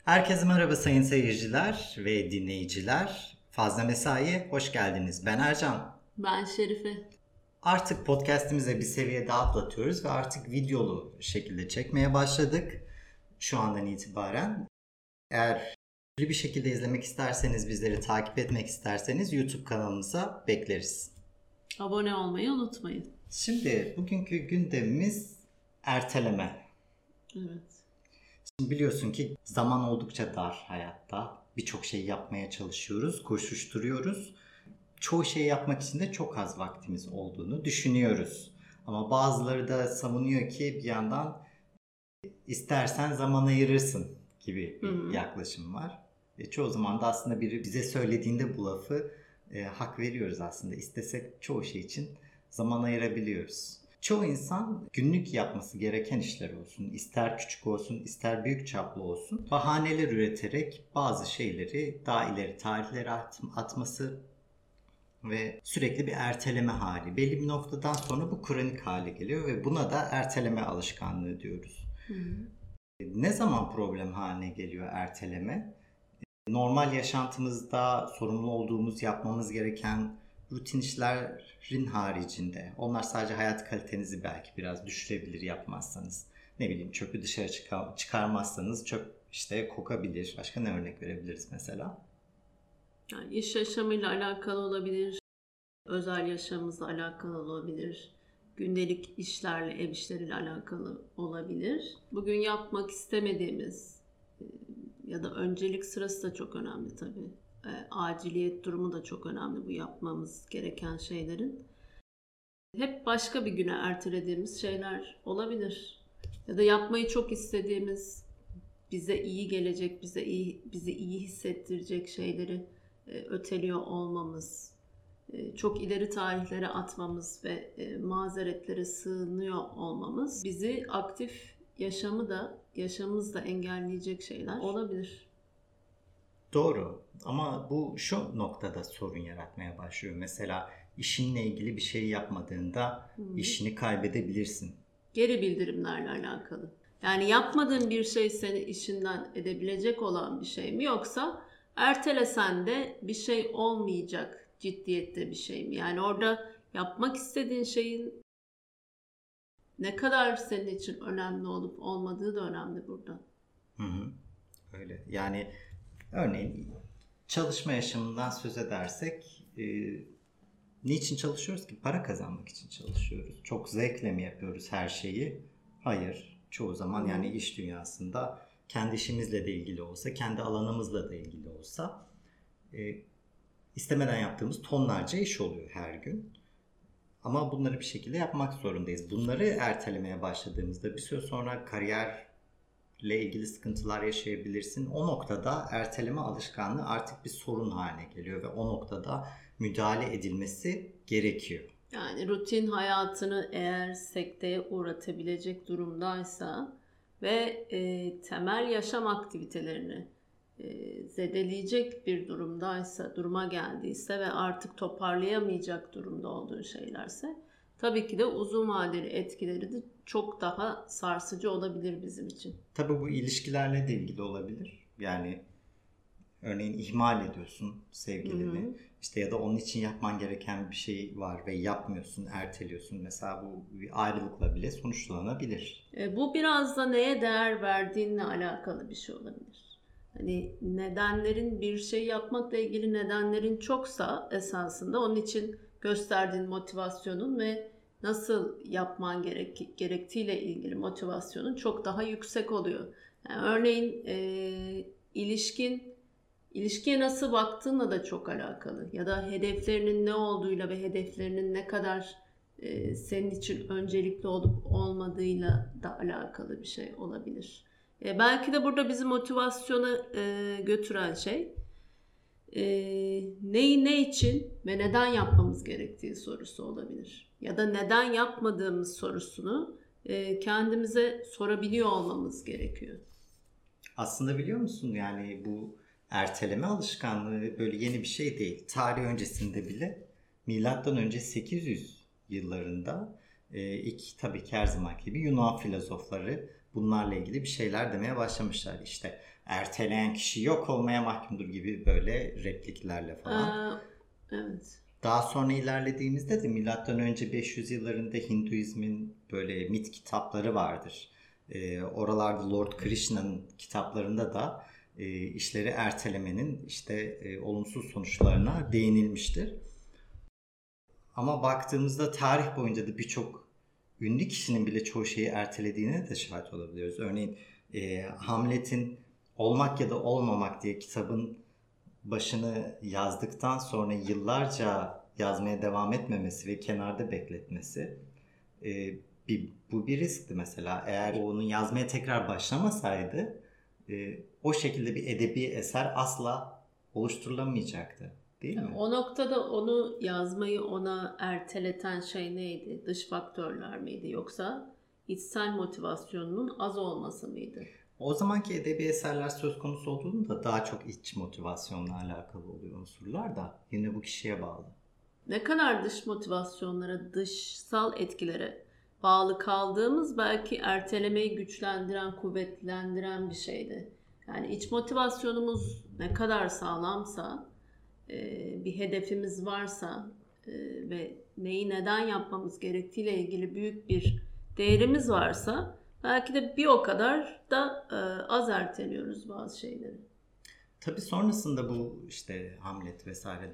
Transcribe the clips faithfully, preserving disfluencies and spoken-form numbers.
Herkese merhaba sayın seyirciler ve dinleyiciler. Fazla Mesai'ye hoş geldiniz. Ben Ercan. Ben Şerife. Artık podcast'imize bir seviye daha atlatıyoruz ve artık videolu şekilde çekmeye başladık şu andan itibaren. Eğer bir şekilde izlemek isterseniz, bizleri takip etmek isterseniz YouTube kanalımıza bekleriz. Abone olmayı unutmayın. Şimdi bugünkü gündemimiz erteleme. Evet. Şimdi biliyorsun ki zaman oldukça dar hayatta. Birçok şey yapmaya çalışıyoruz, koşuşturuyoruz. Çoğu şeyi yapmak için de çok az vaktimiz olduğunu düşünüyoruz. Ama bazıları da savunuyor ki bir yandan istersen zaman ayırırsın gibi bir Hı-hı. yaklaşım var. E, çoğu zaman da aslında biri bize söylediğinde bu lafı e, hak veriyoruz aslında. İstesek çoğu şey için zaman ayırabiliyoruz. Çoğu insan günlük yapması gereken işler olsun, ister küçük olsun, ister büyük çaplı olsun, bahaneler üreterek bazı şeyleri daha ileri tarihlere at- atması ve sürekli bir erteleme hali. Belli bir noktadan sonra bu kronik hale geliyor ve buna da erteleme alışkanlığı diyoruz. Hı hı. Ne zaman problem haline geliyor erteleme? Normal yaşantımızda sorumlu olduğumuz, yapmamız gereken rutin işlerin haricinde, onlar sadece hayat kalitenizi belki biraz düşürebilir yapmazsanız. Ne bileyim, çöpü dışarı çıkar, çıkarmazsanız çöp işte kokabilir. Başka ne örnek verebiliriz mesela? Yani iş yaşamıyla alakalı olabilir, özel yaşamımızla alakalı olabilir, gündelik işlerle, ev işleriyle alakalı olabilir. Bugün yapmak istemediğimiz ya da öncelik sırası da çok önemli tabii. E, aciliyet durumu da çok önemli bu yapmamız gereken şeylerin. Hep başka bir güne ertelediğimiz şeyler olabilir. Ya da yapmayı çok istediğimiz, bize iyi gelecek, bize iyi bizi iyi hissettirecek şeyleri e, öteliyor olmamız, e, çok ileri tarihlere atmamız ve e, mazeretlere sığınıyor olmamız bizi aktif yaşamı da yaşamımızı da engelleyecek şeyler olabilir. Doğru, ama bu şu noktada sorun yaratmaya başlıyor. Mesela işinle ilgili bir şey yapmadığında Hı-hı. işini kaybedebilirsin. Geri bildirimlerle alakalı. Yani yapmadığın bir şey seni işinden edebilecek olan bir şey mi, yoksa ertelesen de bir şey olmayacak ciddiyette bir şey mi? Yani orada yapmak istediğin şeyin ne kadar senin için önemli olup olmadığı da önemli burada. Hı hı. Öyle. Yani örneğin çalışma yaşamından söz edersek, e, niçin çalışıyoruz ki? Para kazanmak için çalışıyoruz. Çok zevkle mi yapıyoruz her şeyi? Hayır. Çoğu zaman yani iş dünyasında kendi işimizle de ilgili olsa, kendi alanımızla da ilgili olsa e, istemeden yaptığımız tonlarca iş oluyor her gün. Ama bunları bir şekilde yapmak zorundayız. Bunları ertelemeye başladığımızda bir süre sonra kariyerle ilgili sıkıntılar yaşayabilirsin. O noktada erteleme alışkanlığı artık bir sorun haline geliyor ve o noktada müdahale edilmesi gerekiyor. Yani rutin hayatını eğer sekteye uğratabilecek durumdaysa ve e, temel yaşam aktivitelerini e, zedeleyecek bir durumdaysa, duruma geldiyse ve artık toparlayamayacak durumda olduğu şeylerse, tabii ki de uzun vadeli etkileri de çok daha sarsıcı olabilir bizim için. Tabii bu ilişkilerle de ilgili olabilir. Yani örneğin ihmal ediyorsun sevgilini, Hı-hı. işte ya da onun için yapman gereken bir şey var ve yapmıyorsun, erteliyorsun. Mesela bu bir ayrılıkla bile sonuçlanabilir. E, bu biraz da neye değer verdiğinle alakalı bir şey olabilir. Hani nedenlerin, bir şey yapmakla ilgili nedenlerin çoksa esasında onun için gösterdiğin motivasyonun ve nasıl yapman gerek, gerektiğiyle ilgili motivasyonun çok daha yüksek oluyor. Yani örneğin e, ilişkin İlişkiye nasıl baktığınla da çok alakalı. Ya da hedeflerinin ne olduğuyla ve hedeflerinin ne kadar e, senin için öncelikli olup olmadığıyla da alakalı bir şey olabilir. E, belki de burada bizi motivasyona e, götüren şey e, neyi ne için ve neden yapmamız gerektiği sorusu olabilir. Ya da neden yapmadığımız sorusunu e, kendimize sorabiliyor olmamız gerekiyor. Aslında biliyor musun, yani bu erteleme alışkanlığı böyle yeni bir şey değil. Tarih öncesinde bile milattan önce sekiz yüz yıllarında e, ilk tabii ki her zaman gibi Yunan filozofları bunlarla ilgili bir şeyler demeye başlamışlar. İşte erteleyen kişi yok olmaya mahkumdur gibi böyle repliklerle falan. Ee, evet. Daha sonra ilerlediğimizde de milattan önce beş yüz yıllarında Hinduizmin böyle mit kitapları vardır. Ee, oralarda Lord Krishna'nın kitaplarında da e, işleri ertelemenin işte e, olumsuz sonuçlarına değinilmiştir. Ama baktığımızda tarih boyunca da birçok ünlü kişinin bile çoğu şeyi ertelediğine de şahit olabiliyoruz. Örneğin e, Hamlet'in Olmak ya da Olmamak diye kitabın başını yazdıktan sonra yıllarca yazmaya devam etmemesi ve kenarda bekletmesi e, bir, bu bir riskti mesela. Eğer onun yazmaya tekrar başlamasaydı e, o şekilde bir edebi eser asla oluşturulamayacaktı. Değil mi? O noktada onu yazmayı ona erteleten şey neydi? Dış faktörler miydi yoksa içsel motivasyonunun az olması mıydı? O zamanki edebi eserler söz konusu olduğunda daha çok iç motivasyonla alakalı oluyor unsurlar da yine bu kişiye bağlı. Ne kadar dış motivasyonlara, dışsal etkilere bağlı kaldığımız belki ertelemeyi güçlendiren, kuvvetlendiren bir şeydi. Yani iç motivasyonumuz ne kadar sağlamsa, bir hedefimiz varsa ve neyi neden yapmamız gerektiğiyle ilgili büyük bir değerimiz varsa belki de bir o kadar da az erteliyoruz bazı şeyleri. Tabii sonrasında bu işte Hamlet vesaire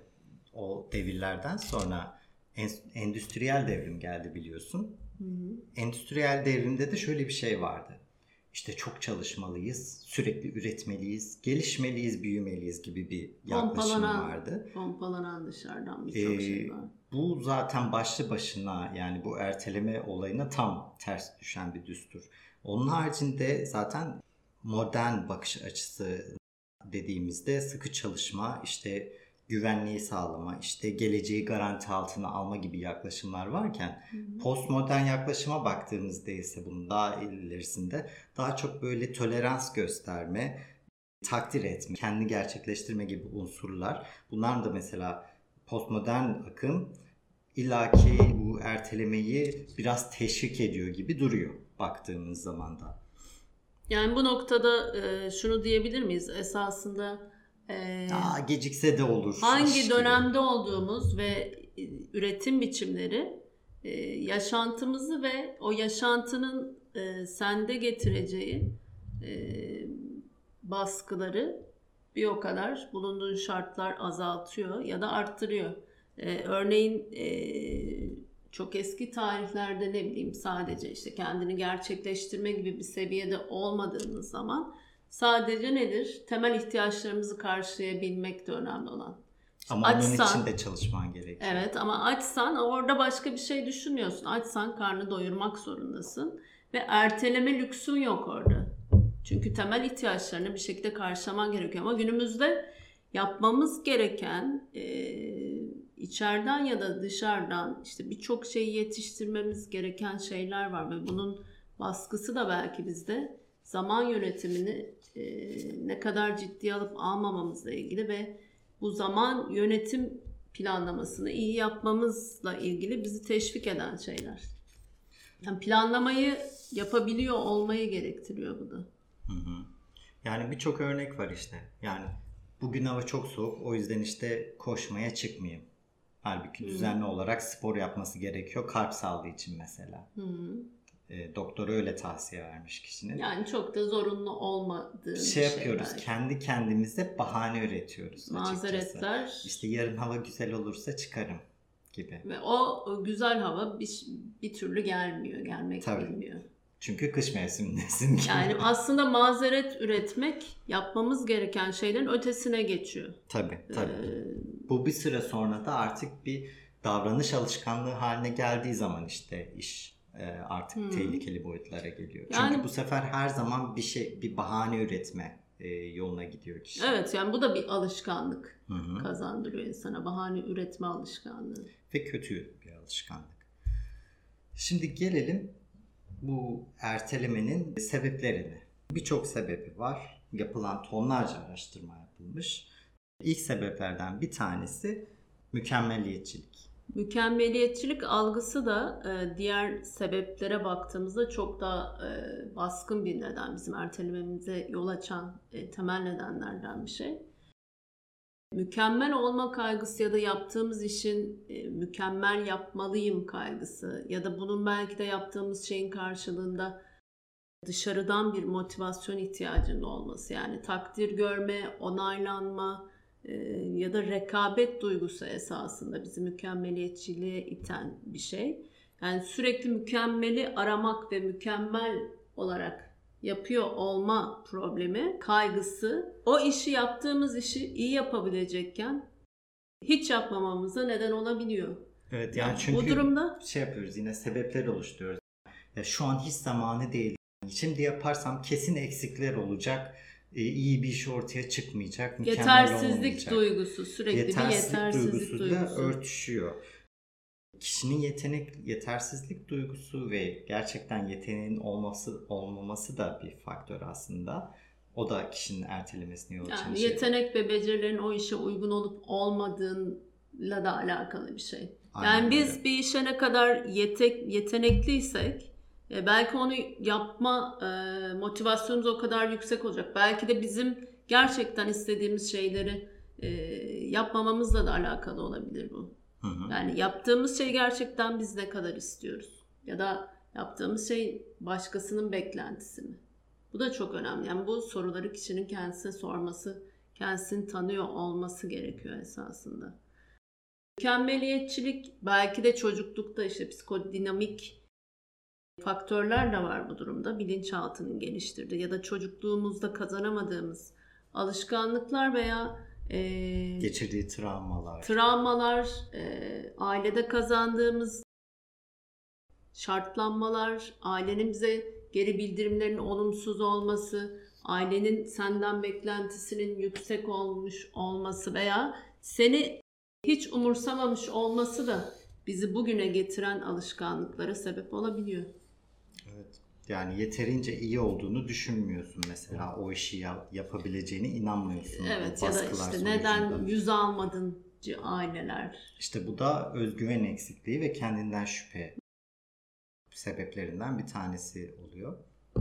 o devirlerden sonra endüstriyel devrim geldi biliyorsun. Hı hı. Endüstriyel devrimde de şöyle bir şey vardı. İşte çok çalışmalıyız, sürekli üretmeliyiz, gelişmeliyiz, büyümeliyiz gibi bir yaklaşım pompalanan, vardı. Pompalanan dışarıdan birçok ee, şey var. Bu zaten başlı başına yani bu erteleme olayına tam ters düşen bir düstur. Onun haricinde zaten modern bakış açısı dediğimizde sıkı çalışma, işte güvenliği sağlama, işte geleceği garanti altına alma gibi yaklaşımlar varken hı hı. Postmodern yaklaşıma baktığımızda ise bunun daha ilerisinde daha çok böyle tolerans gösterme, takdir etme, kendini gerçekleştirme gibi unsurlar. Bunlar da mesela postmodern akım illaki bu ertelemeyi biraz teşvik ediyor gibi duruyor baktığımız zaman da. Yani bu noktada e, şunu diyebilir miyiz? Esasında e, Aa, gecikse de olur. Hangi dönemde gibi. olduğumuz ve üretim biçimleri e, yaşantımızı ve o yaşantının e, sende getireceği e, baskıları bir o kadar bulunduğun şartlar azaltıyor ya da arttırıyor. E, örneğin e, çok eski tarihlerde ne bileyim sadece işte kendini gerçekleştirme gibi bir seviyede olmadığımız zaman sadece nedir? Temel ihtiyaçlarımızı karşılayabilmek de önemli olan. İşte ama açsan, onun için de çalışman gerekiyor. Evet ama açsan orada başka bir şey düşünmüyorsun. Açsan karnı doyurmak zorundasın ve erteleme lüksün yok orada. Çünkü temel ihtiyaçlarını bir şekilde karşılaman gerekiyor. Ama günümüzde yapmamız gereken e, içeriden ya da dışarıdan işte birçok şeyi yetiştirmemiz gereken şeyler var ve bunun baskısı da belki bizde zaman yönetimini e, ne kadar ciddiye alıp almamamızla ilgili ve bu zaman yönetim planlamasını iyi yapmamızla ilgili bizi teşvik eden şeyler. Yani planlamayı yapabiliyor olmayı gerektiriyor bu da. Hı hı. Yani birçok örnek var işte. Yani bugün hava çok soğuk, o yüzden işte koşmaya çıkmayayım. Halbuki hı. düzenli olarak spor yapması gerekiyor kalp sağlığı için mesela. Hı hı. E, doktora öyle tavsiye vermiş kişinin. Yani çok da zorunlu olmadığı şey yapıyoruz. Şey kendi kendimize bahane üretiyoruz. Mazeretler. Açıkçası. İşte yarın hava güzel olursa çıkarım gibi. Ve o, o güzel hava bir, bir türlü gelmiyor, gelmek Tabii. bilmiyor. Çünkü kış mevsimindesin. Yani aslında mazeret üretmek yapmamız gereken şeylerin ötesine geçiyor. Tabii tabii. Ee, Bu bir süre sonra da artık bir davranış alışkanlığı haline geldiği zaman işte iş artık hmm. tehlikeli boyutlara geliyor. Yani, çünkü bu sefer her zaman bir şey, bir bahane üretme e, yoluna gidiyor kişi. Evet, yani bu da bir alışkanlık Hı-hı. kazandırıyor insana. Bahane üretme alışkanlığı. Ve kötü bir alışkanlık. Şimdi gelelim bu ertelemenin sebeplerine. Birçok sebebi var. Yapılan tonlarca araştırma yapılmış. İlk sebeplerden bir tanesi mükemmeliyetçilik. Mükemmeliyetçilik algısı da e, diğer sebeplere baktığımızda çok daha e, baskın bir neden. Bizim ertelememize yol açan e, temel nedenlerden bir şey. Mükemmel olma kaygısı ya da yaptığımız işin e, mükemmel yapmalıyım kaygısı ya da bunun belki de yaptığımız şeyin karşılığında dışarıdan bir motivasyon ihtiyacının olması. Yani takdir görme, onaylanma e, ya da rekabet duygusu esasında bizi mükemmeliyetçiliğe iten bir şey. Yani sürekli mükemmeli aramak ve mükemmel olarak yapıyor olma problemi, kaygısı, o işi yaptığımız işi iyi yapabilecekken hiç yapmamamıza neden olabiliyor. Evet yani Yani çünkü bu durumda şey yapıyoruz, yine sebepler oluşturuyoruz. Ya şu an hiç zamanı değil. Şimdi yaparsam kesin eksikler olacak. e, iyi bir iş ortaya çıkmayacak. Mükemmel yetersizlik olmayacak. duygusu, sürekli Yetersizlik bir yetersizlik duygusuyla duygusu. örtüşüyor. Kişinin yetenek, yetersizlik duygusu ve gerçekten yeteneğin olması olmaması da bir faktör aslında. O da kişinin ertelemesine yol açan Yani şey. yetenek ve becerilerin o işe uygun olup olmadığıyla da alakalı bir şey. Aynen Yani biz öyle. bir işe ne kadar yetek, yetenekliysek e, belki onu yapma e, motivasyonumuz o kadar yüksek olacak. Belki de bizim gerçekten istediğimiz şeyleri e, yapmamamızla da alakalı olabilir bu. Hı hı. Yani yaptığımız şey gerçekten biz ne kadar istiyoruz? Ya da yaptığımız şey başkasının beklentisi mi? Bu da çok önemli. Yani bu soruları kişinin kendisine sorması, kendisini tanıyor olması gerekiyor esasında. Mükemmeliyetçilik belki de çocuklukta işte psikodinamik faktörler de var bu durumda. Bilinçaltının geliştirdiği ya da çocukluğumuzda kazanamadığımız alışkanlıklar veya e, Geçirdiği travmalar. travmalar, e, ailede kazandığımız şartlanmalar, ailenin bize geri bildirimlerinin olumsuz olması, ailenin senden beklentisinin yüksek olmuş olması veya seni hiç umursamamış olması da bizi bugüne getiren alışkanlıklara sebep olabiliyor. Evet. Yani yeterince iyi olduğunu düşünmüyorsun mesela, o işi ya- yapabileceğine inanmıyorsun. Evet o ya da baskılar işte sonucunda. neden yüz almadıncı aileler. İşte bu da özgüven eksikliği ve kendinden şüphe sebeplerinden bir tanesi oluyor.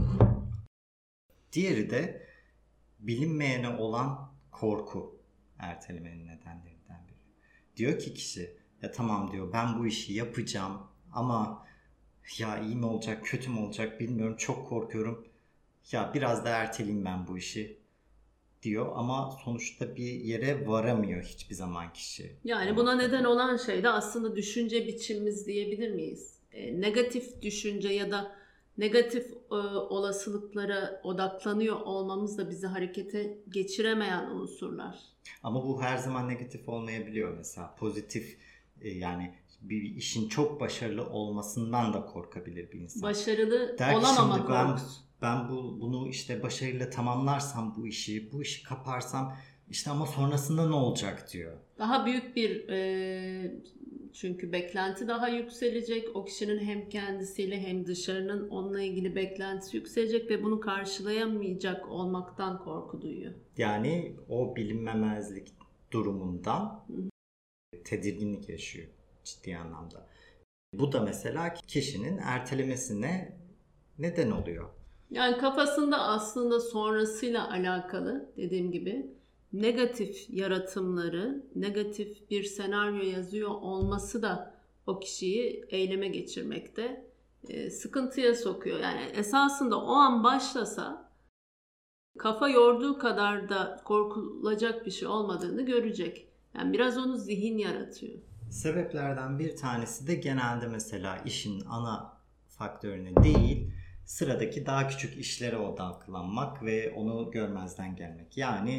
Diğeri de bilinmeyene olan korku, ertelemenin nedenlerinden biri. Diyor ki kişi, ya tamam diyor, ben bu işi yapacağım ama ya iyi mi olacak, kötü mü olacak bilmiyorum, çok korkuyorum. Ya biraz da erteleyeyim ben bu işi diyor ama sonuçta bir yere varamıyor hiçbir zaman kişi. Yani buna neden olan şey de aslında düşünce biçimimiz diyebilir miyiz? E, negatif düşünce ya da negatif e, olasılıklara odaklanıyor olmamız da bizi harekete geçiremeyen unsurlar. Ama bu her zaman negatif olmayabiliyor mesela. Pozitif e, yani bir işin çok başarılı olmasından da korkabilir bir insan. Başarılı Der ki olamama şimdi ben, korkusu. ben bu, bunu işte başarıyla tamamlarsam bu işi, bu işi kaparsam işte ama sonrasında ne olacak diyor. Daha büyük bir e, çünkü beklenti daha yükselecek. O kişinin hem kendisiyle hem dışarının onunla ilgili beklentisi yükselecek ve bunu karşılayamayacak olmaktan korku duyuyor. Yani o bilinmemezlik durumundan tedirginlik yaşıyor ciddi anlamda. Bu da mesela kişinin ertelemesine neden oluyor. Yani kafasında aslında sonrasıyla alakalı dediğim gibi negatif yaratımları, negatif bir senaryo yazıyor olması da o kişiyi eyleme geçirmekte e, sıkıntıya sokuyor. Yani esasında o an başlasa kafa yorduğu kadar da korkulacak bir şey olmadığını görecek. Yani biraz onu zihin yaratıyor. Sebeplerden bir tanesi de genelde mesela işin ana faktörüne değil, sıradaki daha küçük işlere odaklanmak ve onu görmezden gelmek. Yani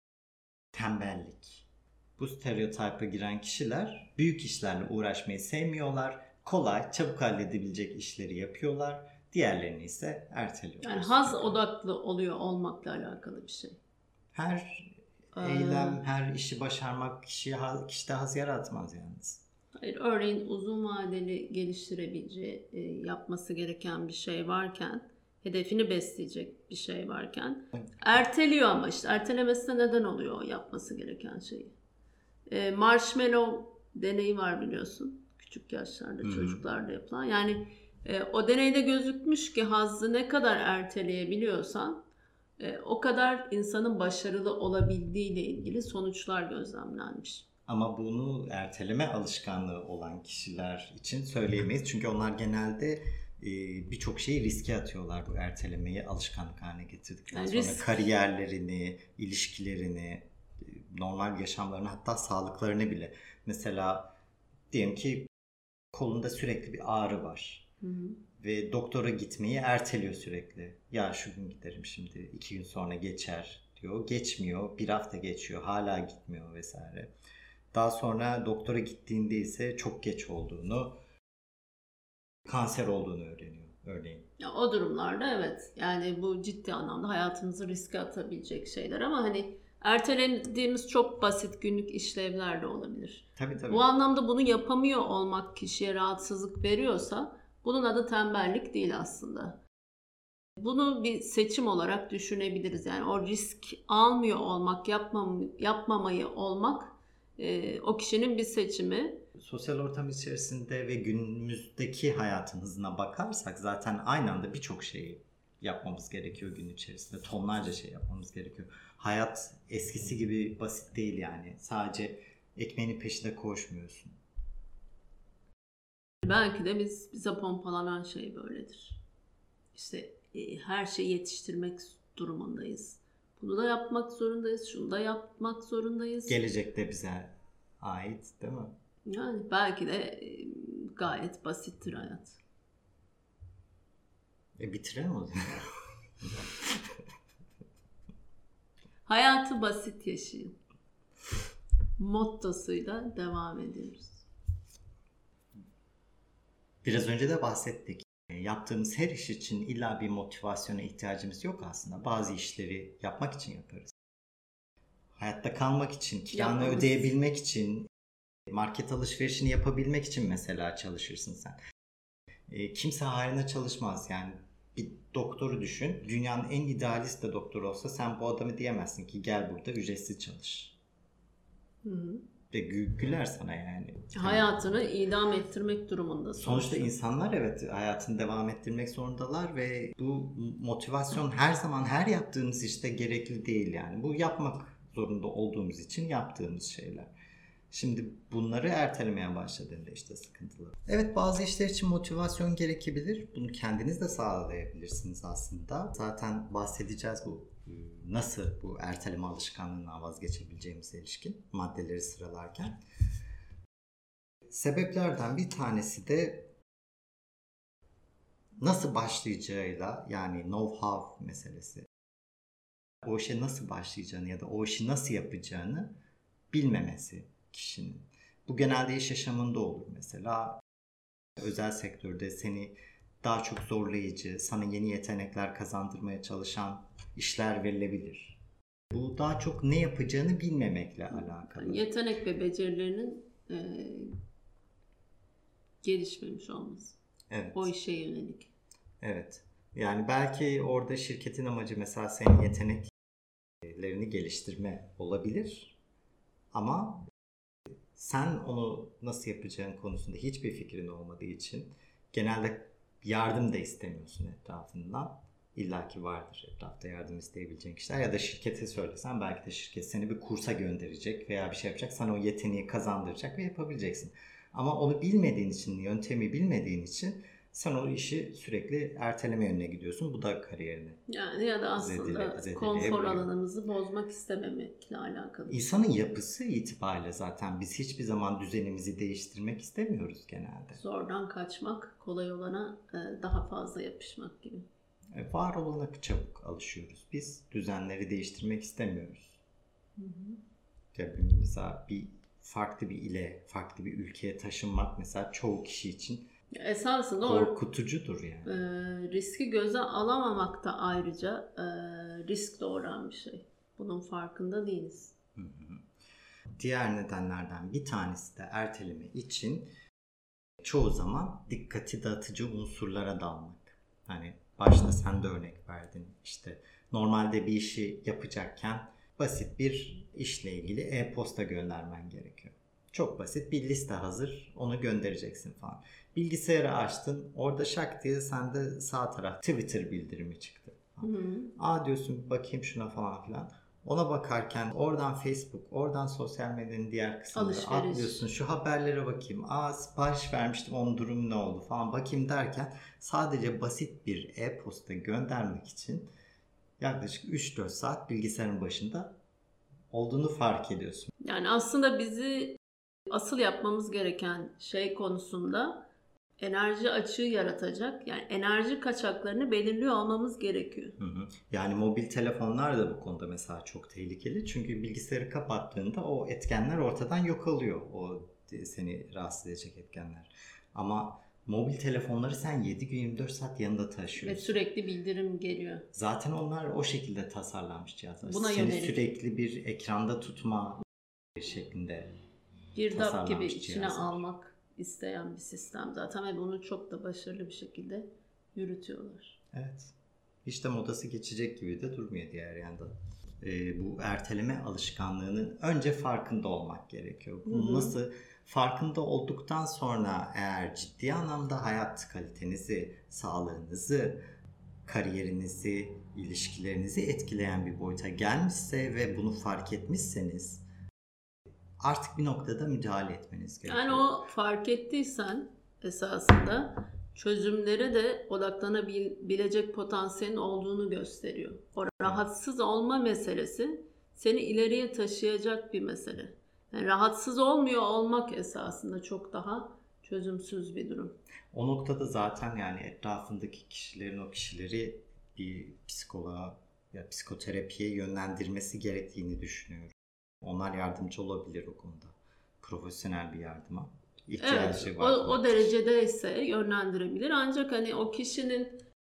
tembellik. Bu stereotipa giren kişiler büyük işlerle uğraşmayı sevmiyorlar. Kolay, çabuk halledebilecek işleri yapıyorlar. Diğerlerini ise erteliyorlar. Yani haz odaklı oluyor olmakla alakalı bir şey. Her Ee, eylem, her işi başarmak kişiye, kişide haz yaratmaz yalnız. Hayır, örneğin uzun vadeli geliştirebileceği, e, yapması gereken bir şey varken, hedefini besleyecek bir şey varken erteliyor ama işte ertelemesine neden oluyor o yapması gereken şeyi. E, marshmallow deneyi var biliyorsun. Küçük yaşlarda Hı hı. çocuklarda yapılan. Yani e, o deneyde gözükmüş ki hazzı ne kadar erteleyebiliyorsan e, o kadar insanın başarılı olabildiğiyle ilgili sonuçlar gözlemlenmiş. Ama bunu erteleme alışkanlığı olan kişiler için söyleyemeyiz. Çünkü onlar genelde e, birçok şeyi riske atıyorlar bu ertelemeyi alışkanlık haline getirdikten Yani sonra. risk- Kariyerlerini, ilişkilerini, e, normal yaşamlarını, hatta sağlıklarını bile. Mesela diyelim ki kolunda sürekli bir ağrı var. Hı hı. Ve doktora gitmeyi erteliyor sürekli. Ya şu gün giderim şimdi, iki gün sonra geçer diyor. Geçmiyor, bir hafta geçiyor, hala gitmiyor vesaire. Daha sonra doktora gittiğinde ise çok geç olduğunu, kanser olduğunu öğreniyor örneğin. Ya o durumlarda evet. Yani bu ciddi anlamda hayatınızı riske atabilecek şeyler ama hani ertelediğimiz çok basit günlük işlevler de olabilir. Tabii tabii. Bu anlamda bunu yapamıyor olmak kişiye rahatsızlık veriyorsa bunun adı tembellik değil aslında. Bunu bir seçim olarak düşünebiliriz. Yani o risk almıyor olmak, yapmam, yapmamayı olmak e, o kişinin bir seçimi. Sosyal ortam içerisinde ve günümüzdeki hayatın hızına bakarsak zaten aynı anda birçok şeyi yapmamız gerekiyor gün içerisinde. Tonlarca şey yapmamız gerekiyor. Hayat eskisi gibi basit değil yani. Sadece ekmeğinin peşinde koşmuyorsun. Belki de biz bize pompalanan şey böyledir. İşte e, her şeyi yetiştirmek durumundayız. Bunu da yapmak zorundayız, şunu da yapmak zorundayız. Gelecekte bize ait değil mi? Yani belki de e, gayet basittir hayat. E bitirelim o zaman. Hayatı basit yaşayın. Mottosuyla devam ediyoruz. Biraz önce de bahsettik. Yaptığımız her iş için illa bir motivasyona ihtiyacımız yok aslında. Bazı işleri yapmak için yaparız. Hayatta kalmak için, kiranı Yapmamız. ödeyebilmek için, market alışverişini yapabilmek için mesela çalışırsın sen. E, kimse hayrına çalışmaz yani. Bir doktoru düşün. Dünyanın en idealist de doktor olsa sen bu adamı diyemezsin ki gel burada ücretsiz çalış. Hı hı. Ve gü- güler sana yani. Hayatını idam ettirmek durumunda. Sonuçta insanlar evet hayatını devam ettirmek zorundalar ve bu motivasyon her zaman her yaptığımız işte gerekli değil yani. Bu yapmak zorunda olduğumuz için yaptığımız şeyler. Şimdi bunları ertelemeye başladığında işte sıkıntılı. Evet, bazı işler için motivasyon gerekebilir. Bunu kendiniz de sağlayabilirsiniz aslında. Zaten bahsedeceğiz bu nasıl bu erteleme alışkanlığından vazgeçebileceğimize ilişkin maddeleri sıralarken. Sebeplerden bir tanesi de nasıl başlayacağıyla, yani know-how meselesi. O işe nasıl başlayacağını ya da o işi nasıl yapacağını bilmemesi kişinin. Bu genelde iş yaşamında olur mesela. Özel sektörde seni daha çok zorlayıcı, sana yeni yetenekler kazandırmaya çalışan işler verilebilir. Bu daha çok ne yapacağını bilmemekle alakalı. Yetenek ve becerilerinin e, gelişmemiş olması. Evet. O işe yönelik. Evet. Yani belki orada şirketin amacı mesela senin yeteneklerini geliştirme olabilir. Ama sen onu nasıl yapacağın konusunda hiçbir fikrin olmadığı için genelde yardım da istemiyorsun etrafından. İlla ki vardır etrafta yardım isteyebileceğin kişiler ya da şirkete söylesen belki de şirket seni bir kursa gönderecek veya bir şey yapacak. Sana o yeteneği kazandıracak ve yapabileceksin. Ama onu bilmediğin için, yöntemi bilmediğin için sen o işi sürekli erteleme yönüne gidiyorsun. Bu da kariyerini. Yani ya da aslında Zedele- konfor zedeleyebiliyor. alanımızı bozmak istememekle alakalı. İnsanın yapısı itibariyle zaten biz hiçbir zaman düzenimizi değiştirmek istemiyoruz genelde. Zordan kaçmak, kolay olana e, daha fazla yapışmak gibi. E, Var olana çabuk alışıyoruz. Biz düzenleri değiştirmek istemiyoruz. Hı hı. Ya bir- mesela bir farklı bir ile, farklı bir ülkeye taşınmak mesela çoğu kişi için Esasında o korkutucudur yani. e, riski göze alamamak da ayrıca e, risk doğuran bir şey. Bunun farkında değiliz. Hı hı. Diğer nedenlerden bir tanesi de erteleme için çoğu zaman dikkati dağıtıcı unsurlara dalmak. Hani başta sen de örnek verdin. İşte normalde bir işi yapacakken basit bir işle ilgili e-posta göndermen gerekiyor. Çok basit bir liste hazır. Onu göndereceksin falan. Bilgisayarı açtın. Orada şak diye sende sağ taraf Twitter bildirimi çıktı. Hı hı. Aa diyorsun bakayım şuna falan filan. Ona bakarken oradan Facebook, oradan sosyal medyanın diğer kısımları Alışveriş. atlıyorsun. Şu haberlere bakayım. Aa sipariş vermiştim, onun durumu ne oldu falan bakayım derken sadece basit bir e-posta göndermek için yaklaşık üç dört saat bilgisayarın başında olduğunu fark ediyorsun. Yani aslında bizi asıl yapmamız gereken şey konusunda enerji açığı yaratacak, yani enerji kaçaklarını belirliyor olmamız gerekiyor. Hı hı. Yani mobil telefonlar da bu konuda mesela çok tehlikeli. Çünkü bilgisayarı kapattığında o etkenler ortadan yok oluyor. O seni rahatsız edecek etkenler. Ama mobil telefonları sen yedi gün yirmi dört saat yanında Ve taşıyorsun. sürekli bildirim geliyor. Zaten onlar o şekilde tasarlanmış cihazlar. Buna Seni yönelik. sürekli bir ekranda tutma şeklinde Girdap gibi tasarlanmış içine cihazlar. almak isteyen bir sistem zaten ve bunu çok da başarılı bir şekilde yürütüyorlar. Evet. Hiç de modası geçecek gibi de durmuyor diğer yandan. Ee, bu erteleme alışkanlığının önce farkında olmak gerekiyor. Bunu Hı hı. nasıl farkında olduktan sonra eğer ciddi anlamda hayat kalitenizi, sağlığınızı, kariyerinizi, ilişkilerinizi etkileyen bir boyuta gelmişse ve bunu fark etmişseniz artık bir noktada müdahale etmeniz gerekiyor. Yani o fark ettiysen esasında çözümlere de odaklanabilecek potansiyelin olduğunu gösteriyor. O rahatsız olma meselesi seni ileriye taşıyacak bir mesele. Yani rahatsız olmuyor olmak esasında çok daha çözümsüz bir durum. O noktada zaten yani etrafındaki kişilerin o kişileri bir psikoloğa ya psikoterapiye yönlendirmesi gerektiğini düşünüyorum. Onlar yardımcı olabilir o konuda. Profesyonel bir yardıma ihtiyacı Evet, var. o, o derecedeyse yönlendirebilir. Ancak hani o kişinin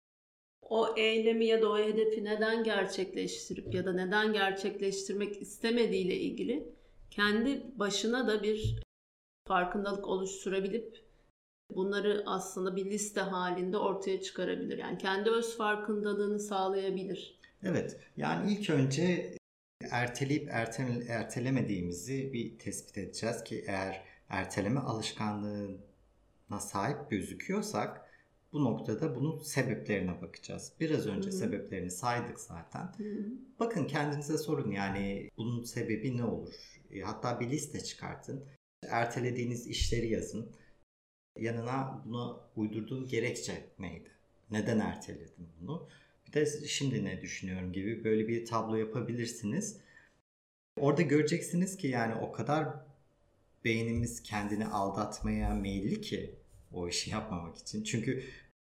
o eylemi ya da o hedefi neden gerçekleştirip ya da neden gerçekleştirmek istemediğiyle ilgili kendi başına da bir farkındalık oluşturabilip bunları aslında bir liste halinde ortaya çıkarabilir. Yani kendi öz farkındalığını sağlayabilir. Evet, yani ilk önce erteleyip ertele, ertelemediğimizi bir tespit edeceğiz ki eğer erteleme alışkanlığına sahip gözüküyorsak bu noktada bunun sebeplerine bakacağız. Biraz önce Hı hı. sebeplerini saydık zaten. Hı hı. Bakın kendinize sorun yani bunun sebebi ne olur? E, Hatta bir liste çıkartın. Ertelediğiniz işleri yazın. Yanına buna uydurduğum gerekçe neydi? Neden erteledim bunu? Bir de şimdi ne düşünüyorum gibi böyle bir tablo yapabilirsiniz. Orada göreceksiniz ki yani o kadar beynimiz kendini aldatmaya meyilli ki o işi yapmamak için. Çünkü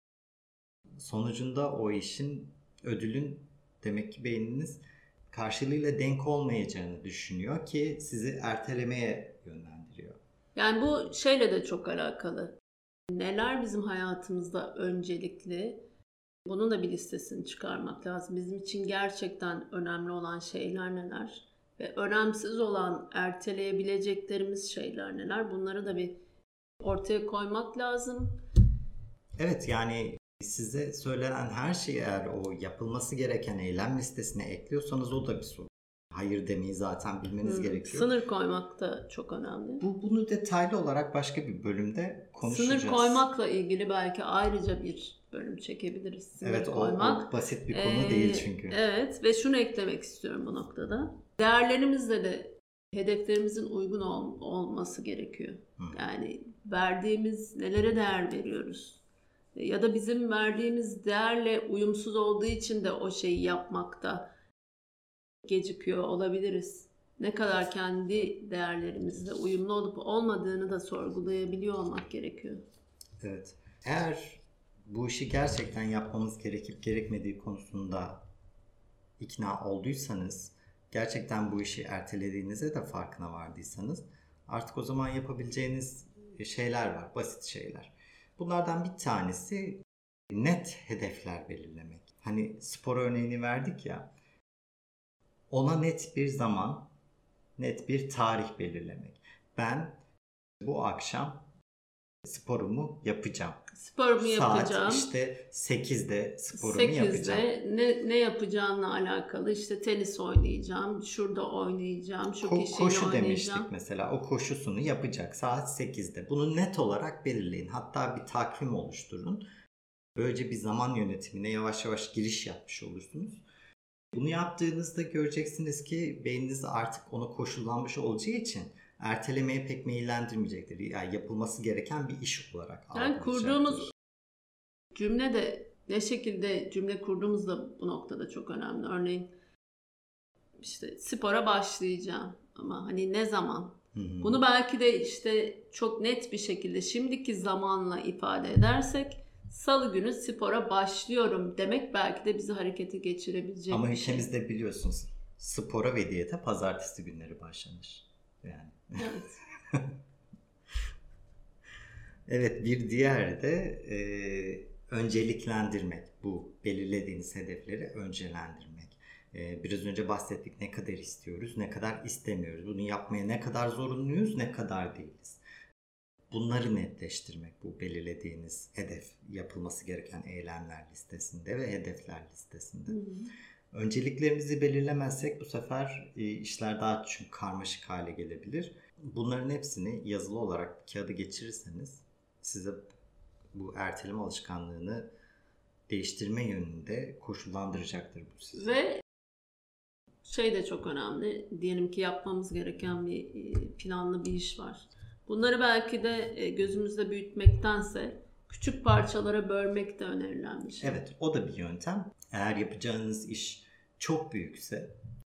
sonucunda o işin ödülün demek ki beyniniz karşılığıyla denk olmayacağını düşünüyor ki sizi ertelemeye yönlendiriyor. Yani bu şeyle de çok alakalı. Neler bizim hayatımızda öncelikli? Bunun da bir listesini çıkarmak lazım. Bizim için gerçekten önemli olan şeyler neler? Ve önemsiz olan erteleyebileceklerimiz şeyler neler? Bunları da bir ortaya koymak lazım. Evet yani size söylenen her şeyi eğer o yapılması gereken eylem listesine ekliyorsanız o da bir sorun. Hayır demeyi zaten bilmeniz Hmm, gerekiyor. Sınır koymak da çok önemli. Bu bunu detaylı olarak başka bir bölümde konuşacağız. Sınır koymakla ilgili belki ayrıca bir bölüm çekebiliriz. Sınır Evet o, koymak. o basit bir konu Ee, değil çünkü. Evet ve şunu eklemek istiyorum bu noktada. Değerlerimizle de hedeflerimizin uygun ol- olması gerekiyor. Hı. Yani verdiğimiz nelere değer veriyoruz? Ya da bizim verdiğimiz değerle uyumsuz olduğu için de o şeyi yapmakta gecikiyor olabiliriz. Ne kadar kendi değerlerimizle uyumlu olup olmadığını da sorgulayabiliyor olmak gerekiyor. Evet. Eğer bu işi gerçekten yapmamız gerekip gerekmediği konusunda ikna olduysanız, gerçekten bu işi ertelediğinizde de farkına vardıysanız artık o zaman yapabileceğiniz şeyler var, basit şeyler. Bunlardan bir tanesi net hedefler belirlemek. Hani spor örneğini verdik ya, ona net bir zaman, net bir tarih belirlemek. Ben bu akşam sporumu yapacağım. Sporumu yapacağım. Saat işte sekizde sporumu yapacağım. sekizde ne, ne yapacağınla alakalı işte tenis oynayacağım, şurada oynayacağım, şu Ko- kişiyle koşu oynayacağım. demiştik mesela. O koşusunu yapacak saat sekizde. Bunu net olarak belirleyin. Hatta bir takvim oluşturun. Böylece bir zaman yönetimine yavaş yavaş giriş yapmış olursunuz. Bunu yaptığınızda göreceksiniz ki beyniniz artık ona koşullanmış olacağı için ertelemeye pek meyillendirmeyecektir. Yani yapılması gereken bir iş olarak Yani algılayacaktır. kurduğumuz cümle de ne şekilde cümle kurduğumuz da bu noktada çok önemli. Örneğin işte spora başlayacağım ama hani ne zaman? Hı hı. Bunu belki de işte çok net bir şekilde şimdiki zamanla ifade edersek salı günü spora başlıyorum demek belki de bizi harekete geçirebilecek Ama bir şey. ülkemizde de biliyorsunuz spora ve diyete pazartesi günleri başlanır. Yani. Evet. Evet, bir diğer de e, önceliklendirmek. Bu belirlediğiniz hedefleri öncelendirmek. E, biraz önce bahsettik, ne kadar istiyoruz, ne kadar istemiyoruz. Bunu yapmaya ne kadar zorunluyuz, ne kadar değiliz. Bunları netleştirmek, bu belirlediğiniz hedef, yapılması gereken eylemler listesinde ve hedefler listesinde. Hı hı. Önceliklerimizi belirlemezsek bu sefer e, işler daha çok karmaşık hale gelebilir. Bunların hepsini yazılı olarak bir kağıda geçirirseniz size bu erteleme alışkanlığını değiştirme yönünde koşullandıracaktır bu sizi. Ve şey de çok önemli. Diyelim ki yapmamız gereken bir planlı bir iş var. Bunları belki de gözümüzde büyütmektense küçük parçalara bölmek de önerilen bir şey. Evet, o da bir yöntem. Eğer yapacağınız iş çok büyükse,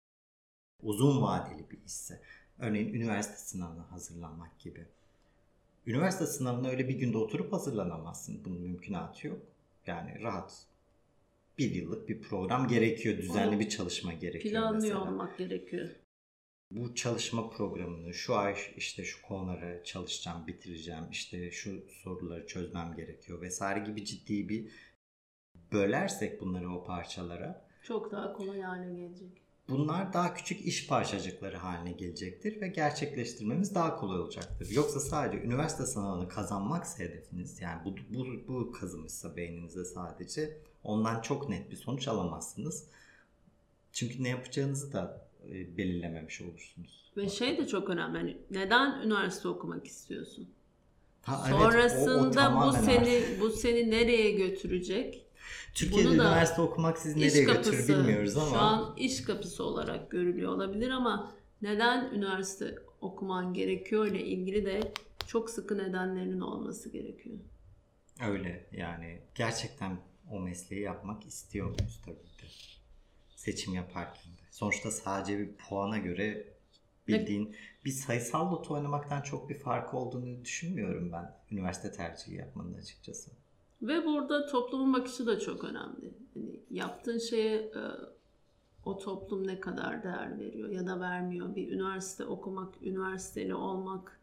uzun vadeli bir işse, örneğin üniversite sınavına hazırlanmak gibi. Üniversite sınavına öyle bir günde oturup hazırlanamazsın. Bunun mümkünatı yok. Yani rahat bir yıllık bir program gerekiyor. Düzenli Onu bir çalışma gerekiyor planlıyor mesela. olmak gerekiyor. Bu çalışma programını şu ay işte şu konulara çalışacağım, bitireceğim, işte şu soruları çözmem gerekiyor vesaire gibi ciddi bir bölersek bunları o parçalara, çok daha kolay hale gelecek. bunlar daha küçük iş parçacıkları haline gelecektir ve gerçekleştirmemiz daha kolay olacaktır. Yoksa sadece üniversite sınavını kazanmaksa hedefiniz, yani bu, bu, bu kazımışsa beyninize sadece, ondan çok net bir sonuç alamazsınız. Çünkü ne yapacağınızı da e, belirlememiş olursunuz. Ve şey de çok önemli. Hani neden üniversite okumak istiyorsun? Ha, evet, Sonrasında o, o bu tamamen seni artık. bu seni nereye götürecek? Türkiye'de Bunu da üniversite okumak sizi İş nereye kapısı, götürür bilmiyoruz ama şu an iş kapısı olarak görülüyor olabilir ama neden üniversite okuman gerekiyor ile ilgili de çok sıkı nedenlerinin olması gerekiyor. öyle yani gerçekten o mesleği yapmak istiyor muyuz tabii ki. Seçim yaparken de. Sonuçta sadece bir puana göre bildiğin bir sayısal loto oynamaktan çok bir farkı olduğunu düşünmüyorum ben üniversite tercihi yapmanın açıkçası. Ve burada toplumun bakışı da çok önemli. Yani yaptığın şeye e, o toplum ne kadar değer veriyor ya da vermiyor. Bir üniversite okumak, üniversiteli olmak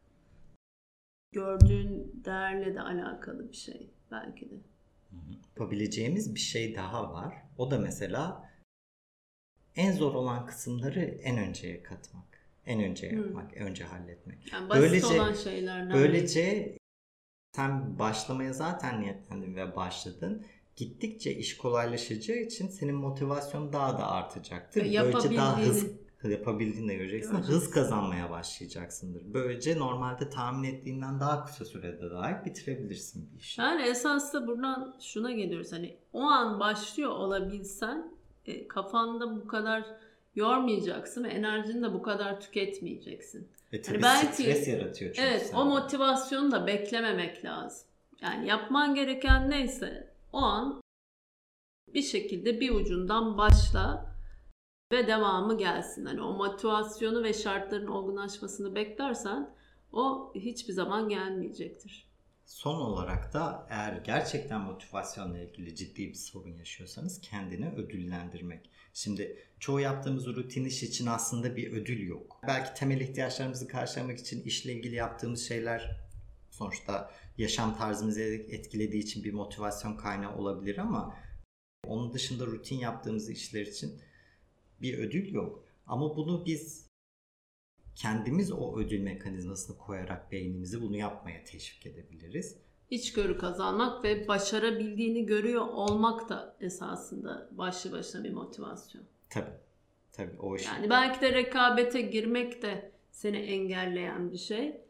gördüğün değerle de alakalı bir şey belki de. Yapabileceğimiz bir şey daha var. O da mesela en zor olan kısımları en önceye katmak. En önce yapmak, hmm. önce halletmek. Yani basit böylece, olan şeylerden. Böylece sen başlamaya zaten niyetlendin ve başladın. Gittikçe iş kolaylaşacağı için senin motivasyonun daha da artacaktır. Böylece daha hız yapabildiğini de göreceksin. Göreceksin. Hız kazanmaya başlayacaksındır. Böylece normalde tahmin ettiğinden daha kısa sürede dahi bitirebilirsin bir işi. Yani esas da buradan şuna geliyoruz. Hani o an başlıyor olabilsen e, kafanda bu kadar yormayacaksın ve enerjini de bu kadar tüketmeyeceksin. E tabii hani belki, stres yaratıyor çünkü. Evet, o motivasyonu da beklememek lazım. Yani yapman gereken neyse o an bir şekilde bir ucundan başla ve devamı gelsin. Hani o motivasyonu ve şartların olgunlaşmasını beklersen o hiçbir zaman gelmeyecektir. Son olarak da eğer gerçekten motivasyonla ilgili ciddi bir sorun yaşıyorsanız kendini ödüllendirmek. Şimdi çoğu yaptığımız rutin iş için aslında bir ödül yok. Belki temel ihtiyaçlarımızı karşılamak için işle ilgili yaptığımız şeyler sonuçta yaşam tarzımızı etkilediği için bir motivasyon kaynağı olabilir ama onun dışında rutin yaptığımız işler için bir ödül yok. Ama bunu biz kendimiz o ödül mekanizmasını koyarak beynimizi bunu yapmaya teşvik edebiliriz. İçgörü kazanmak ve başarabildiğini görüyor olmak da esasında başlı başına bir motivasyon. Tabii. Tabii o iş. Yani belki de rekabete girmek de seni engelleyen bir şey.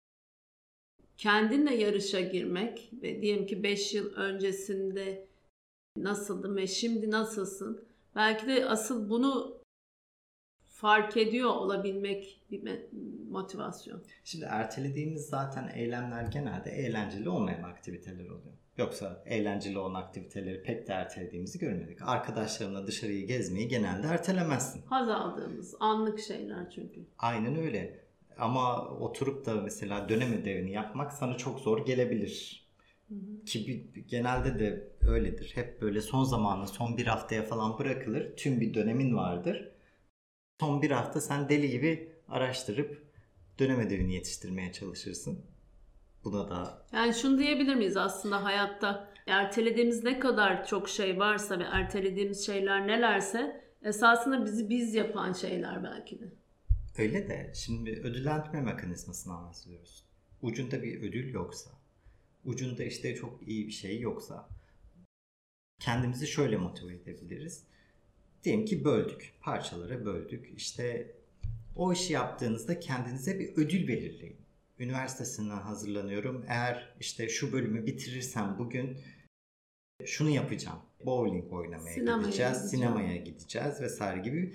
Kendinle yarışa girmek ve diyelim ki beş yıl öncesinde nasıldın ve şimdi nasılsın? Belki de asıl bunu fark ediyor olabilmek bir motivasyon. Şimdi ertelediğimiz zaten eylemler genelde eğlenceli olmayan aktiviteler oluyor. Yoksa eğlenceli olan aktiviteleri pek de ertelediğimizi görmedik. Arkadaşlarımla dışarıyı gezmeyi genelde ertelemezsin. Haz aldığımız anlık şeyler çünkü. Aynen öyle. Ama oturup da mesela dönem ödevini yapmak sana çok zor gelebilir. Hı hı. Ki bir, genelde de öyledir. Hep böyle son zamanı, son bir haftaya falan bırakılır. Tüm bir dönemin vardır. Son bir hafta sen deli gibi araştırıp dönem ödevini yetiştirmeye çalışırsın. Buna da... Yani şunu diyebilir miyiz aslında hayatta ertelediğimiz ne kadar çok şey varsa ve ertelediğimiz şeyler nelerse esasında bizi biz yapan şeyler belki de. Öyle de şimdi ödüllendirme mekanizmasından bahsediyoruz. Ucunda bir ödül yoksa, ucunda işte çok iyi bir şey yoksa kendimizi şöyle motive edebiliriz. Diyelim ki böldük, parçalara böldük. İşte o işi yaptığınızda kendinize bir ödül belirleyin. Üniversitesinden hazırlanıyorum. Eğer işte şu bölümü bitirirsem bugün şunu yapacağım. Bowling oynamaya sinemaya gideceğiz, gideceğim. sinemaya gideceğiz vesaire gibi.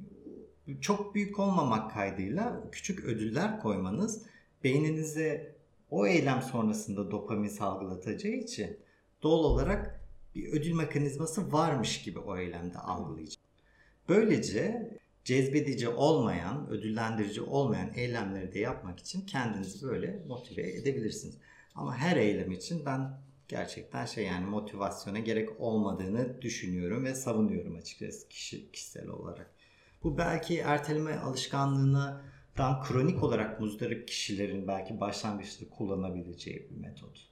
Çok büyük olmamak kaydıyla küçük ödüller koymanız beyninize o eylem sonrasında dopamin salgılatacağı için doğal olarak bir ödül mekanizması varmış gibi o eylemde algılayacak. Böylece cezbedici olmayan, ödüllendirici olmayan eylemleri de yapmak için kendinizi böyle motive edebilirsiniz. Ama her eylem için ben gerçekten şey yani motivasyona gerek olmadığını düşünüyorum ve savunuyorum açıkçası kişi, kişisel olarak. Bu belki erteleme alışkanlığından kronik olarak muzdarip kişilerin belki başlangıçta kullanabileceği bir metot.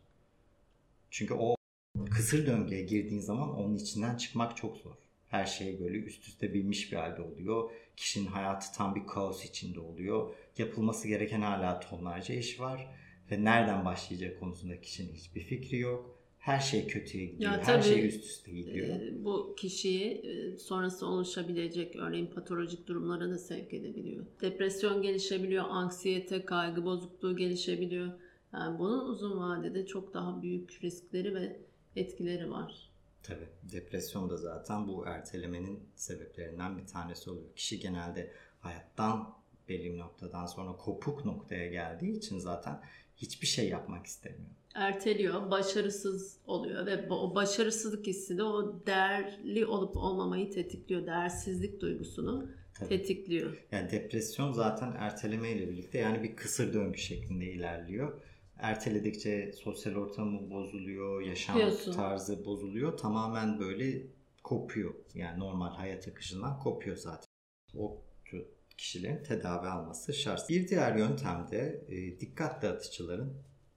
Çünkü o kısır döngüye girdiğin zaman onun içinden çıkmak çok zor. Her şey böyle üst üste binmiş bir halde oluyor. Kişinin hayatı tam bir kaos içinde oluyor. Yapılması gereken hala tonlarca iş var. Ve nereden başlayacak konusunda kişinin hiçbir fikri yok. Her şey kötüye gidiyor. Ya Her tabii, şey üst üste gidiyor. E, bu kişiyi e, sonrası oluşabilecek örneğin patolojik durumlara da sevk edebiliyor. Depresyon gelişebiliyor, anksiyete, kaygı bozukluğu gelişebiliyor. Yani bunun uzun vadede çok daha büyük riskleri ve etkileri var. Tabii. Depresyon da zaten bu ertelemenin sebeplerinden bir tanesi oluyor. Kişi genelde hayattan belli bir noktadan sonra kopuk noktaya geldiği için zaten hiçbir şey yapmak istemiyor. Erteliyor, başarısız oluyor ve o başarısızlık hissi de o değerli olup olmamayı tetikliyor. Değersizlik duygusunu Tabii. tetikliyor. Yani depresyon zaten erteleme ile birlikte yani bir kısır döngü şeklinde ilerliyor. Erteledikçe sosyal ortamı bozuluyor, yaşam Diyorsun. tarzı bozuluyor. Tamamen böyle kopuyor. Yani normal hayat akışından kopuyor zaten. O tür kişilerin tedavi alması şart. Bir diğer yöntem de e, dikkat dağıtıcıların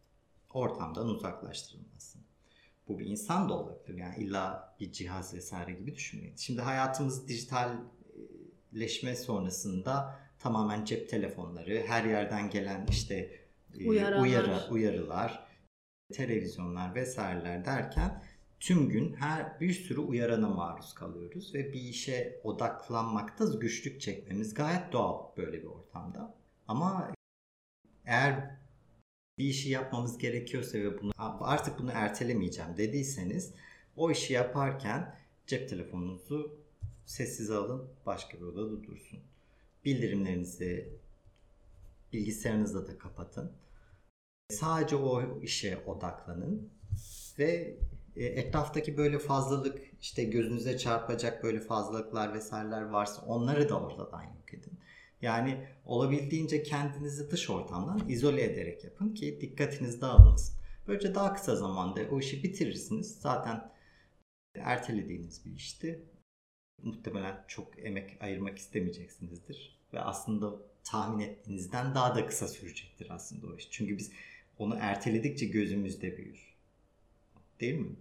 ortamdan uzaklaştırılması. Bu bir insan da olabilir. Yani illa bir cihaz vesaire gibi düşünmeyin. Şimdi hayatımız dijitalleşme sonrasında tamamen cep telefonları, her yerden gelen işte uyarı, uyarılar, televizyonlar vesaireler derken tüm gün her bir sürü uyarana maruz kalıyoruz ve bir işe odaklanmakta güçlük çekmemiz gayet doğal böyle bir ortamda. Ama eğer bir işi yapmamız gerekiyorsa ve bunu artık bunu ertelemeyeceğim dediyseniz o işi yaparken cep telefonunuzu sessize alın, başka bir odada dursun. Bildirimlerinizi bilgisayarınızda da kapatın. Sadece o işe odaklanın ve etraftaki böyle fazlalık, işte gözünüze çarpacak böyle fazlalıklar vesaireler varsa onları da ortadan yok edin. Yani olabildiğince kendinizi dış ortamdan izole ederek yapın ki dikkatiniz dağılmasın. Böylece daha kısa zamanda o işi bitirirsiniz. Zaten ertelediğiniz bir işti. Muhtemelen çok emek ayırmak istemeyeceksinizdir. Ve aslında tahmin ettiğinizden daha da kısa sürecektir aslında o iş. Çünkü biz onu erteledikçe gözümüzde büyür. Değil mi?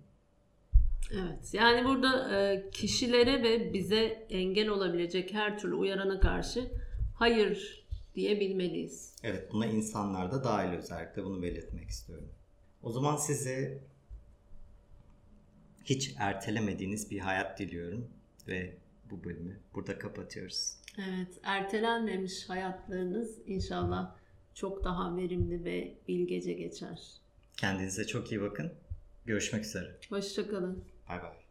Evet. Yani burada e, kişilere ve bize engel olabilecek her türlü uyarana karşı hayır diyebilmeliyiz. Evet, buna insanlar da dahil, özellikle bunu belirtmek istiyorum. O zaman size hiç ertelemediğiniz bir hayat diliyorum ve bu bölümü burada kapatıyoruz. Evet, ertelenmemiş hayatlarınız inşallah çok daha verimli ve bilgece geçer. Kendinize çok iyi bakın. Görüşmek üzere. Hoşça kalın. Bay bay.